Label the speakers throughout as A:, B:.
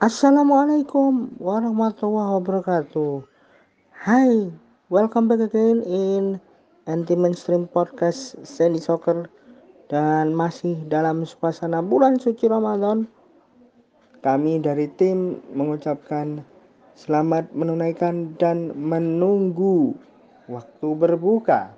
A: Assalamualaikum warahmatullahi wabarakatuh. Hai, welcome back again in Anti-Mainstream Podcast Sandy Soccer. Dan masih dalam suasana bulan suci Ramadan, kami dari tim mengucapkan selamat menunaikan dan menunggu waktu berbuka.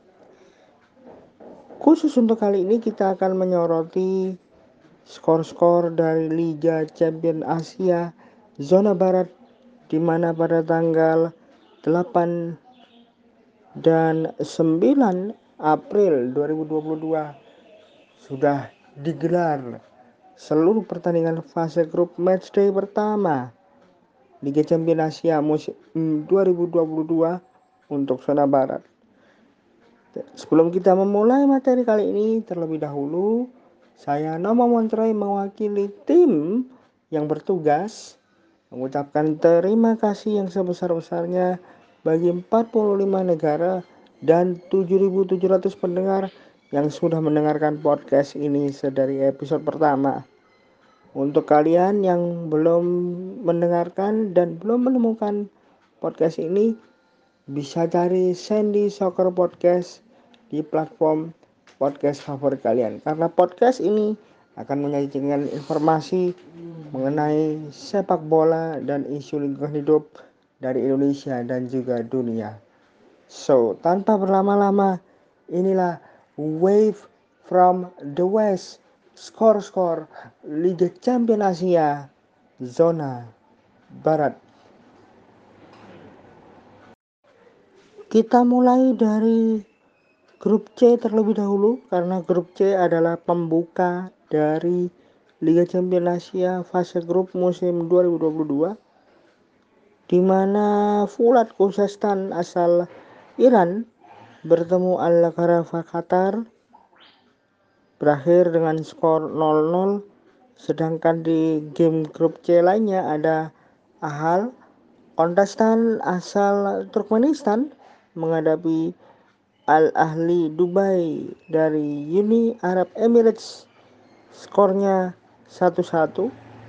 A: Khusus untuk kali ini kita akan menyoroti skor-skor dari Liga Champions Asia Zona Barat, di mana pada tanggal 8 dan 9 April 2022 sudah digelar seluruh pertandingan fase grup matchday pertama Liga Champions Asia musim 2022 untuk zona barat. Sebelum kita memulai materi kali ini, terlebih dahulu saya Nomo Montroy mewakili tim yang bertugas mengucapkan terima kasih yang sebesar-besarnya bagi 45 negara dan 7.700 pendengar yang sudah mendengarkan podcast ini sedari episode pertama. Untuk kalian yang belum mendengarkan dan belum menemukan podcast ini, bisa cari Sandy Soccer Podcast di platform podcast favorit kalian. Karena podcast ini akan menyajikan informasi mengenai sepak bola dan isu lingkungan hidup dari Indonesia dan juga dunia. So, tanpa berlama-lama, inilah Wave from the West, skor-skor Liga Champions Asia Zona Barat. Kita mulai dari grup C terlebih dahulu, karena grup C adalah pembuka dari Liga Champions Asia fase grup musim 2022, di mana Fulat Khuzestan asal Iran bertemu Al-Gharafa Qatar berakhir dengan skor 0-0. Sedangkan di game grup C lainnya ada Ahal, kontestan asal Turkmenistan, menghadapi Al-Ahli Dubai dari Uni Arab Emirates. Skornya 1-1,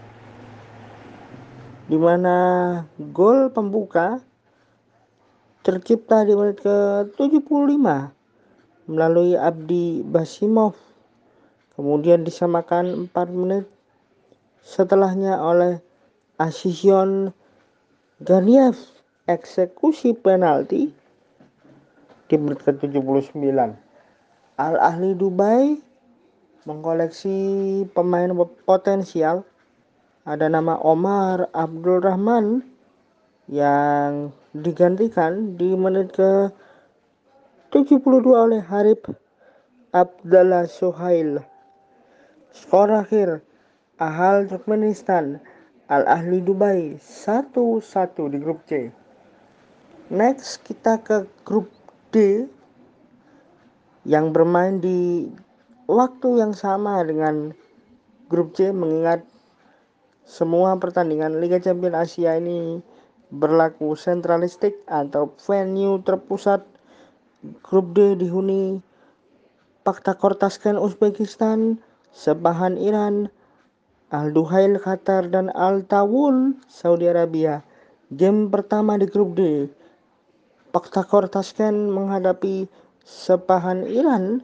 A: di mana gol pembuka tercipta di menit ke-75 melalui Abdi Basimov, kemudian disamakan 4 menit setelahnya oleh Asisyon Ganiev eksekusi penalti di menit ke-79. Al-Ahli Dubai mengkoleksi pemain potensial. Ada nama Omar Abdul Rahman yang digantikan di menit ke-72 oleh Harib Abdallah Suhail. Skor akhir Ahal Turkmenistan, Al-Ahli Dubai 1-1 di grup C. Next kita ke grup D yang bermain di waktu yang sama dengan grup C, mengingat semua pertandingan Liga Champions Asia ini berlaku sentralistik atau venue terpusat. Grup D dihuni Pakhtakor Tashkent Uzbekistan, Sepahan Iran, Al-Duhail Qatar, dan Al-Tawun Saudi Arabia. Game pertama di grup D, Pakhtakor Tashkent menghadapi Sepahan Iran.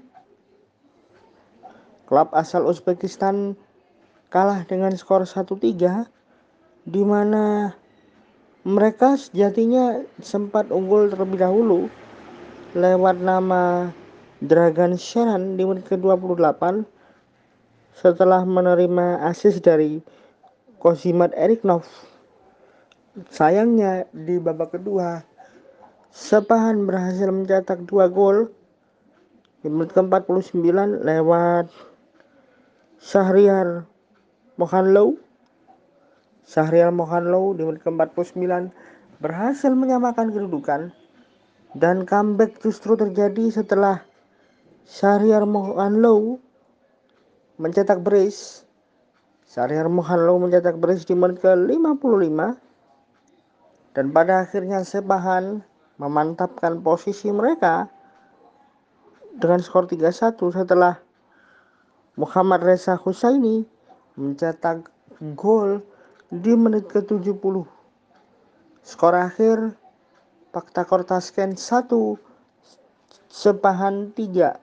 A: Klub asal Uzbekistan kalah dengan skor 1-3, di mana mereka sejatinya sempat unggul terlebih dahulu lewat nama Dragan Sharan di menit ke-28 setelah menerima assist dari Kozimat Eriknov. Sayangnya di babak kedua Sepahan berhasil mencetak 2 gol di menit ke-49 lewat Syahriar Mohanlow. Syahriar Mohanlow di menit ke-49 berhasil menyamakan kedudukan, dan comeback justru terjadi setelah Syahriar Mohanlow mencetak brace. Syahriar Mohanlow mencetak brace di menit ke-55, dan pada akhirnya Sepahan memantapkan posisi mereka dengan skor 3-1 setelah Muhammad Reza Husaini mencetak gol di menit ke-70. Skor akhir Pakhtakor Tashkent 1, Sepahan 3.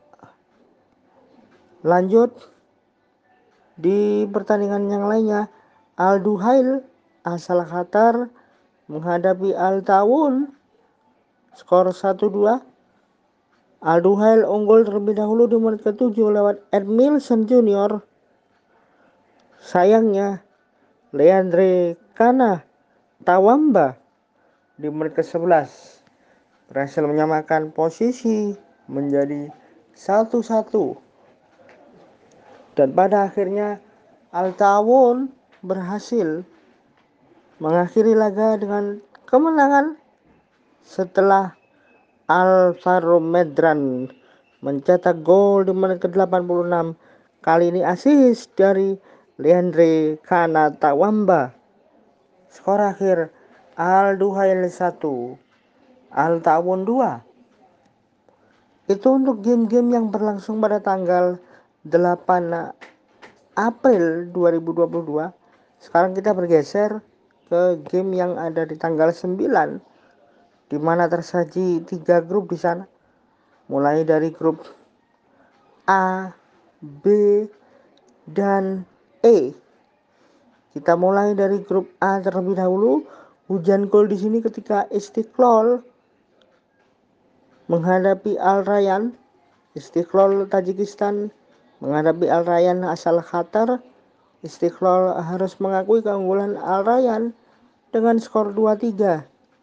A: Lanjut di pertandingan yang lainnya, Al Duhail asal Qatar menghadapi Al Tawun, skor 1-2. Al Duhail unggul terlebih dahulu di menit ke-7 lewat Edmilson Junior. Sayangnya Leandre Kana Tawamba di menit ke-11 berhasil menyamakan posisi menjadi 1-1. Dan pada akhirnya Al Tawun berhasil mengakhiri laga dengan kemenangan setelah Alvaro Medran mencetak gol di menit ke-86. Kali ini assist dari Leandre Kana Tawamba. Skor akhir Al Duhail 1, Al Tawun 2. Itu untuk game-game yang berlangsung pada tanggal 8 April 2022. Sekarang kita bergeser ke game yang ada di tanggal 9, di mana tersaji 3 grup di sana. Mulai dari grup A, B, dan E. Kita mulai dari grup A terlebih dahulu. Hujan gol di sini ketika Istiqlal menghadapi Al Rayyan. Istiqlal Tajikistan menghadapi Al Rayyan asal Qatar. Istiqlal harus mengakui keunggulan Al Rayyan dengan skor 2-3.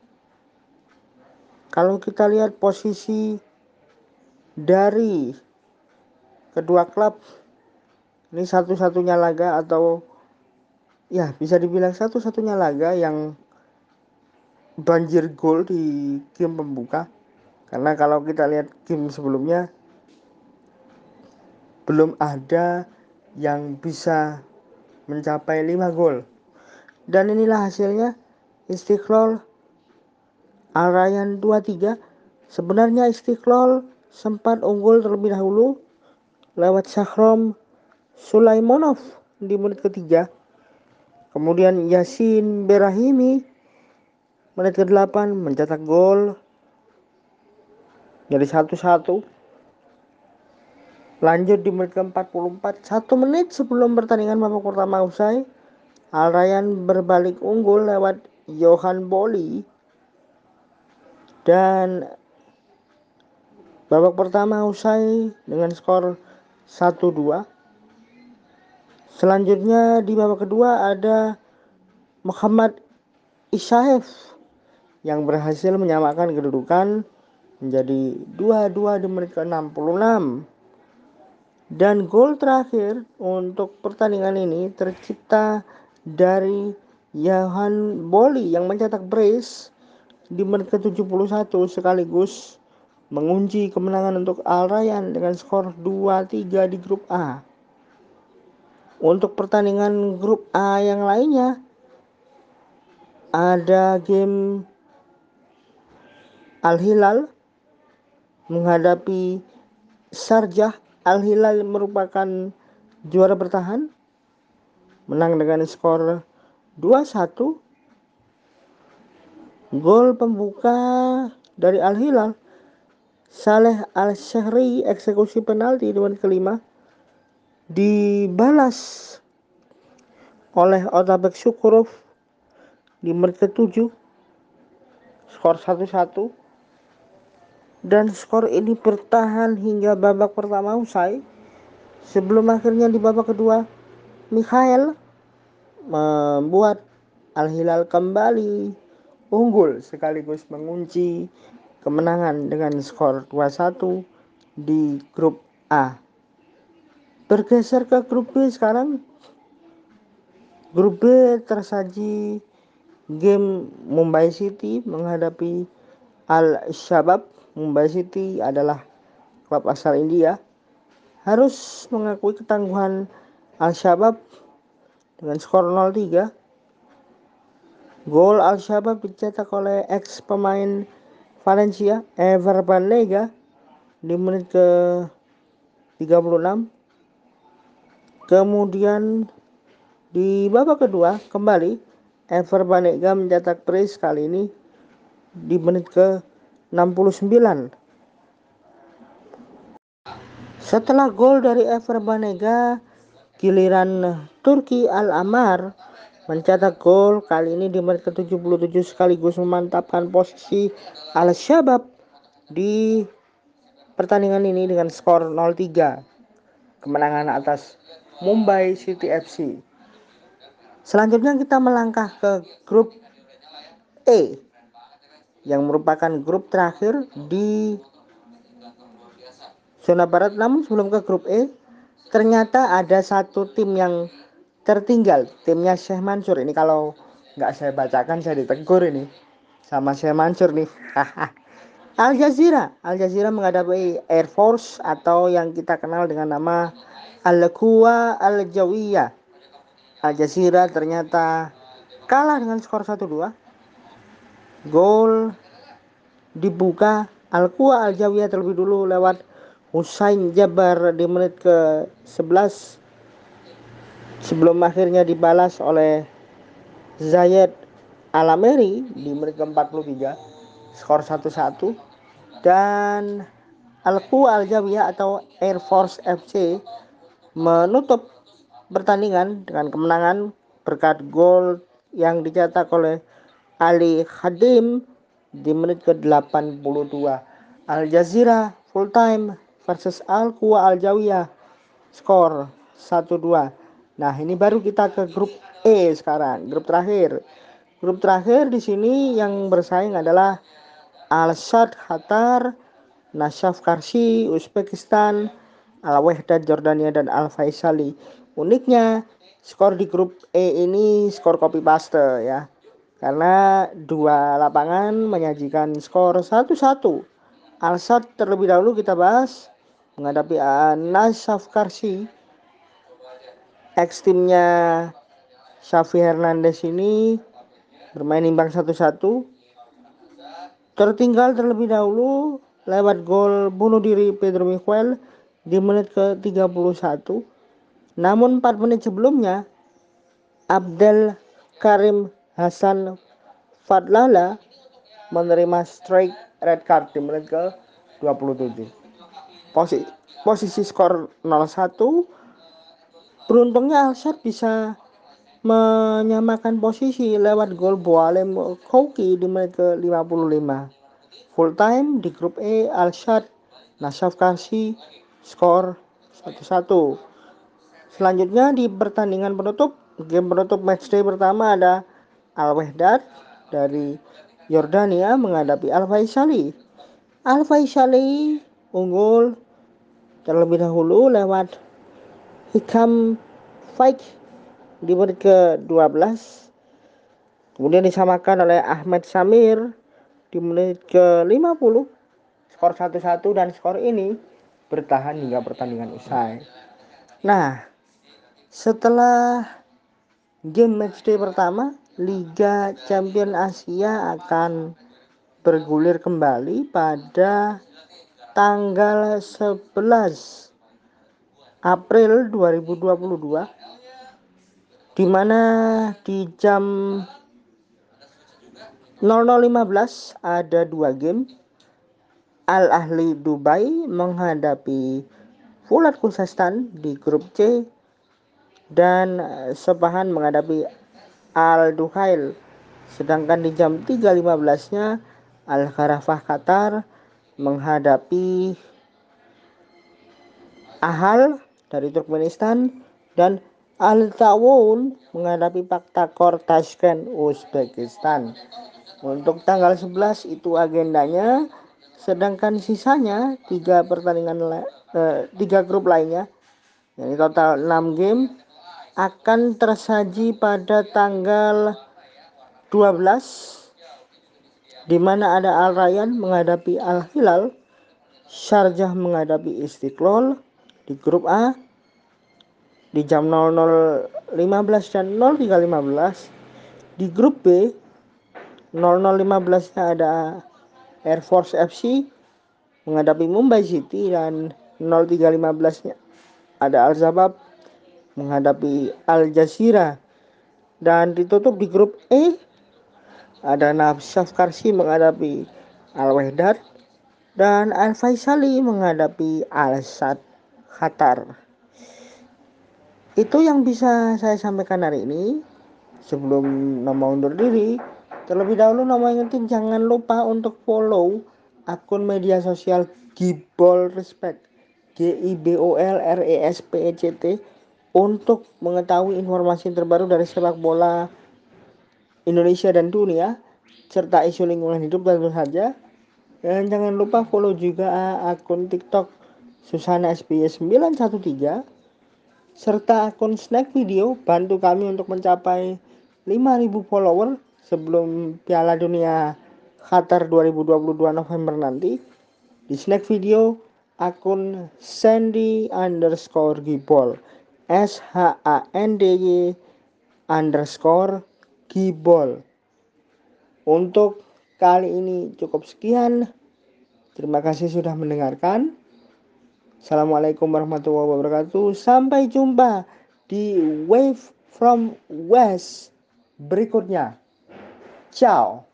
A: Kalau kita lihat posisi dari kedua klub, ini satu-satunya laga atau ya bisa dibilang satu-satunya laga yang banjir gol di game pembuka. Karena kalau kita lihat game sebelumnya belum ada yang bisa mencapai 5 gol. Dan inilah hasilnya, Istiqlal Al Rayyan 2-3. Sebenarnya Istiqlal sempat unggul terlebih dahulu lewat Shahram Sulaimanov di menit ke-3. Kemudian Yasin Berahimi menit ke-8 mencetak gol jadi 1-1. Lanjut di menit ke-44, 1 menit sebelum pertandingan babak pertama usai, Al Rayyan berbalik unggul lewat Johan Boli. Dan babak pertama usai dengan skor 1-2. Selanjutnya di babak kedua ada Muhammad Ishaev yang berhasil menyamakan kedudukan menjadi 2-2 di menit ke-66. Dan gol terakhir untuk pertandingan ini tercipta dari Johan Boli yang mencetak brace di menit ke-71 sekaligus mengunci kemenangan untuk Al Rayyan dengan skor 2-3 di grup A. Untuk pertandingan grup A yang lainnya ada game Al Hilal menghadapi Sharjah. Al Hilal merupakan juara bertahan, menang dengan skor 2-1. Gol pembuka dari Al Hilal, Saleh Al-Shehri eksekusi penalti di menit ke-5 dibalas oleh Otabek Shukurov di menit ke-7. Skor 1-1. Dan skor ini bertahan hingga babak pertama usai, sebelum akhirnya di babak kedua Mikhail membuat Al Hilal kembali unggul sekaligus mengunci kemenangan dengan skor 2-1 di grup A. Bergeser ke grup B sekarang. Grup B tersaji game Mumbai City menghadapi Al-Shabab. Mumbai City adalah klub asal India. Harus mengakui ketangguhan Al-Shabab dengan skor 0-3. Gol Al-Shabab dicetak oleh ex pemain Valencia, Ever Banega di menit ke-36. Kemudian di babak kedua kembali Ever Banega mencetak brace kali ini di menit ke 69. Setelah gol dari Ever Banega, giliran Turki Al-Amar mencetak gol kali ini di menit ke-77 sekaligus memantapkan posisi Al-Shabab di pertandingan ini dengan skor 0-3. Kemenangan atas Mumbai City FC. Selanjutnya kita melangkah ke grup E yang merupakan grup terakhir di zona barat. Namun sebelum ke grup E, ternyata ada satu tim yang tertinggal, timnya Syekh Mansur. Ini kalau nggak saya bacakan saya ditegur ini sama Syekh Mansur nih. Al Jazeera menghadapi Air Force atau yang kita kenal dengan nama Al-Quwa Al-Jawiyah. Al Jazeera ternyata kalah dengan skor 1-2. Gol dibuka Al-Quwa Al-Jawiyah terlebih dulu lewat Husain Jabar di menit ke-11 sebelum akhirnya dibalas oleh Zayed Alameri di menit ke-43, skor 1-1. Dan Al-Quwa Al-Jawiyah atau Air Force FC menutup pertandingan dengan kemenangan berkat gol yang dicetak oleh Ali Khadim di menit ke-82. Al Jazeera full time versus Al-Quwa Al-Jawiyah, skor 1-2. Nah, ini baru kita ke grup E sekarang, grup terakhir. Grup terakhir di sini yang bersaing adalah Al-Sadd Qatar, Nashaf Karsi Uzbekistan, Al-Wehdat Jordania dan Al-Faisali. Uniknya skor di grup E ini skor copy paste ya. Karena dua lapangan menyajikan skor 1-1. Al-Sadd terlebih dahulu kita bahas menghadapi Nashaf Karsi. Ex timnya Xavi Hernandez ini bermain imbang 1-1. Tertinggal terlebih dahulu lewat gol bunuh diri Pedro Miguel di menit ke-31. Namun 4 menit sebelumnya Abdel Karim Hasan Fadlala menerima straight red card di menit ke-27. Posisi skor 0-1. Beruntungnya Al-Sadd bisa menyamakan posisi lewat gol Boalem Kouki di menit ke-55. Full time di grup E, Al-Sadd Nashaf Karsi skor 1-1. Selanjutnya di pertandingan penutup, game penutup matchday pertama ada Al-Wehdat dari Yordania menghadapi Al-Faisali. Al-Faisali unggul terlebih dahulu lewat Hikam Faik di menit ke-12. Kemudian disamakan oleh Ahmed Samir di menit ke-50. Skor 1-1 dan skor ini bertahan hingga pertandingan usai. Nah, setelah game matchday pertama, Liga Champion Asia akan bergulir kembali pada tanggal 11 April 2022, di mana di jam 00.15 ada dua game. Al Ahli Dubai menghadapi Fulat Khuzestan di grup C dan Sepahan menghadapi Al Duhail. Sedangkan di jam 3.15-nya Al Kharafah Qatar menghadapi Ahal dari Turkmenistan dan Al Tawun menghadapi Paktakor Tashkent Uzbekistan. Untuk tanggal 11 itu agendanya. Sedangkan sisanya 3 grup lainnya, yang total 6 game, akan tersaji pada tanggal 12, di mana ada Al Rayyan menghadapi Al Hilal, Sharjah menghadapi Istiqlal di grup A di jam 00.15 dan 03.15. Di grup B 00.15-nya ada Air Force FC menghadapi Mumbai City dan 03.15-nya ada Al Shabab menghadapi Al Jazeera. Dan ditutup di grup E ada Nafsaf Karsi menghadapi Al-Wehdad dan Al-Faisali menghadapi Al-Sad Khatar. Itu yang bisa saya sampaikan hari ini. Sebelum Nama undur diri, terlebih dahulu Nama ingetin jangan lupa untuk follow akun media sosial Gibol Respect, GIBOLRESPECT, untuk mengetahui informasi terbaru dari sepak bola Indonesia dan dunia serta isu lingkungan hidup tentu saja. Dan jangan lupa follow juga akun TikTok Susana SBY 913 serta akun Snack Video. Bantu kami untuk mencapai 5.000 follower sebelum Piala Dunia Qatar 2022 November nanti. Di Snack Video akun Sandy_Gibol, SHANDY_Gibol. Untuk kali ini cukup sekian. Terima kasih sudah mendengarkan. Assalamualaikum warahmatullahi wabarakatuh. Sampai jumpa di Wave from West berikutnya. Ciao.